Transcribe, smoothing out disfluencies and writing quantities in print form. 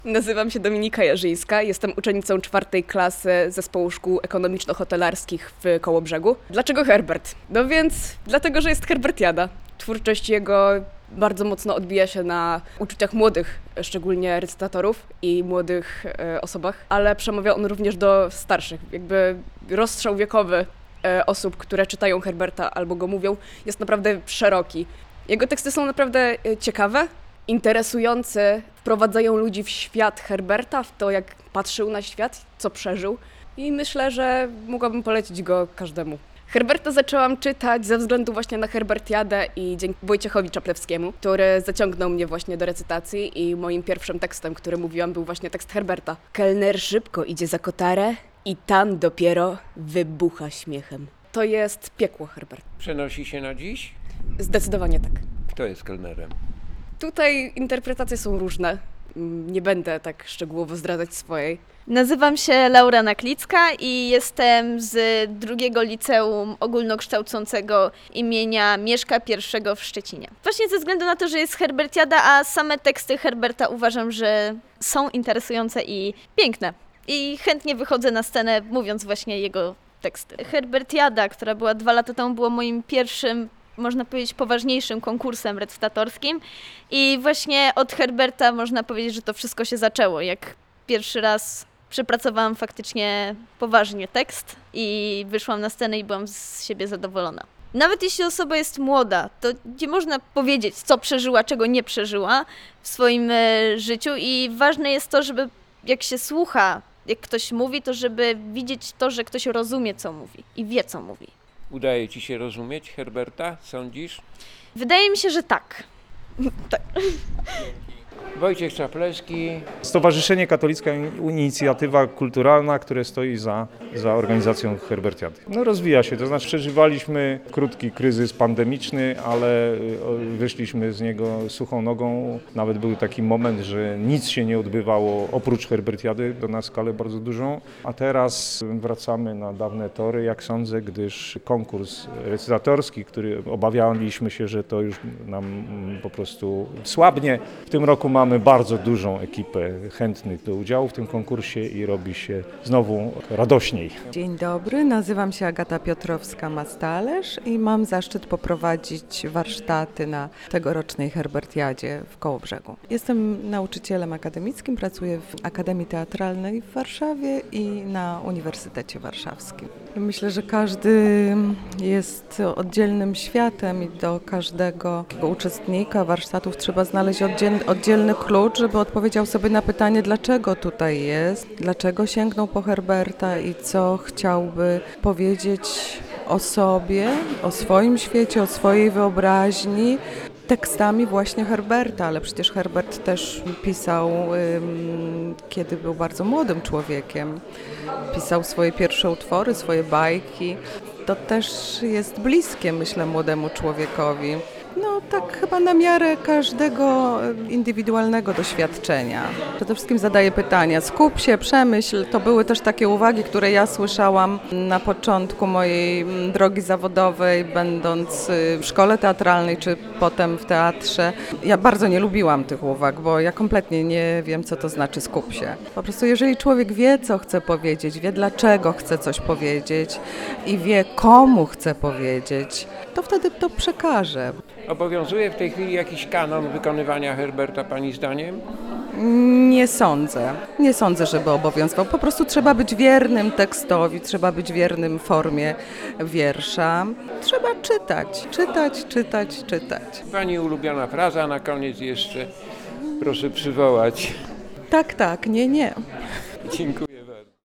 Nazywam się Dominika Jarzyńska, jestem uczennicą 4. klasy Zespołu Szkół Ekonomiczno-Hotelarskich w Kołobrzegu. Dlaczego Herbert? No więc dlatego, że jest Herbertiada. Twórczość jego bardzo mocno odbija się na uczuciach młodych, szczególnie recytatorów i młodych osobach, ale przemawia on również do starszych. Jakby rozstrzał wiekowy osób, które czytają Herberta albo go mówią, jest naprawdę szeroki. Jego teksty są naprawdę ciekawe, interesujące, wprowadzają ludzi w świat Herberta, w to, jak patrzył na świat, co przeżył i myślę, że mogłabym polecić go każdemu. Herberta zaczęłam czytać ze względu właśnie na Herbertiadę i dzięki Wojciechowi Czaplewskiemu, który zaciągnął mnie właśnie do recytacji i moim pierwszym tekstem, który mówiłam, był właśnie tekst Herberta. Kelner szybko idzie za kotarę i tam dopiero wybucha śmiechem. To jest piekło Herbert. Przenosi się na dziś? Zdecydowanie tak. Kto jest kelnerem? Tutaj interpretacje są różne. Nie będę tak szczegółowo zdradzać swojej. Nazywam się Laura Naklicka i jestem z drugiego liceum ogólnokształcącego imienia Mieszka I w Szczecinie. Właśnie ze względu na to, że jest Herbertiada, a same teksty Herberta uważam, że są interesujące i piękne. I chętnie wychodzę na scenę, mówiąc właśnie jego teksty. Herbertiada, która była 2 lata temu, było moim pierwszym, można powiedzieć, poważniejszym konkursem recytatorskim i właśnie od Herberta można powiedzieć, że to wszystko się zaczęło, jak pierwszy raz przepracowałam faktycznie poważnie tekst i wyszłam na scenę i byłam z siebie zadowolona. Nawet jeśli osoba jest młoda, to nie można powiedzieć, co przeżyła, czego nie przeżyła w swoim życiu i ważne jest to, żeby jak się słucha, jak ktoś mówi, to żeby widzieć to, że ktoś rozumie, co mówi i wie, co mówi. Udaje ci się rozumieć Herberta, sądzisz? Wydaje mi się, że tak. Wojciech Czaplewski. Stowarzyszenie Katolicka Inicjatywa Kulturalna, które stoi za organizacją Herbertiady. No rozwija się, to znaczy przeżywaliśmy krótki kryzys pandemiczny, ale wyszliśmy z niego suchą nogą. Nawet był taki moment, że nic się nie odbywało oprócz Herbertiady, to na skalę bardzo dużą. A teraz wracamy na dawne tory, jak sądzę, gdyż konkurs recytatorski, który obawialiśmy się, że to już nam po prostu słabnie. W tym roku mamy bardzo dużą ekipę chętnych do udziału w tym konkursie i robi się znowu radośniej. Dzień dobry, nazywam się Agata Piotrowska-Mastalerz i mam zaszczyt poprowadzić warsztaty na tegorocznej Herbertiadzie w Kołobrzegu. Jestem nauczycielem akademickim, pracuję w Akademii Teatralnej w Warszawie i na Uniwersytecie Warszawskim. Myślę, że każdy jest oddzielnym światem i do każdego uczestnika warsztatów trzeba znaleźć oddzielny klucz, żeby odpowiedział sobie na pytanie, dlaczego tutaj jest, dlaczego sięgnął po Herberta i co chciałby powiedzieć o sobie, o swoim świecie, o swojej wyobraźni tekstami właśnie Herberta, ale przecież Herbert też pisał, kiedy był bardzo młodym człowiekiem. Pisał swoje pierwsze utwory, swoje bajki. To też jest bliskie, myślę, młodemu człowiekowi. No tak chyba na miarę każdego indywidualnego doświadczenia. Przede wszystkim zadaję pytania, skup się, przemyśl. To były też takie uwagi, które ja słyszałam na początku mojej drogi zawodowej, będąc w szkole teatralnej czy potem w teatrze. Ja bardzo nie lubiłam tych uwag, bo ja kompletnie nie wiem, co to znaczy skup się. Po prostu jeżeli człowiek wie, co chce powiedzieć, wie, dlaczego chce coś powiedzieć i wie, komu chce powiedzieć, to wtedy to przekaże. Obowiązuje w tej chwili jakiś kanon wykonywania Herberta pani zdaniem? Nie sądzę. Nie sądzę, żeby obowiązywał. Po prostu trzeba być wiernym tekstowi, trzeba być wiernym formie wiersza. Trzeba czytać. Pani ulubiona fraza na koniec jeszcze proszę przywołać. Tak, nie. Dziękuję.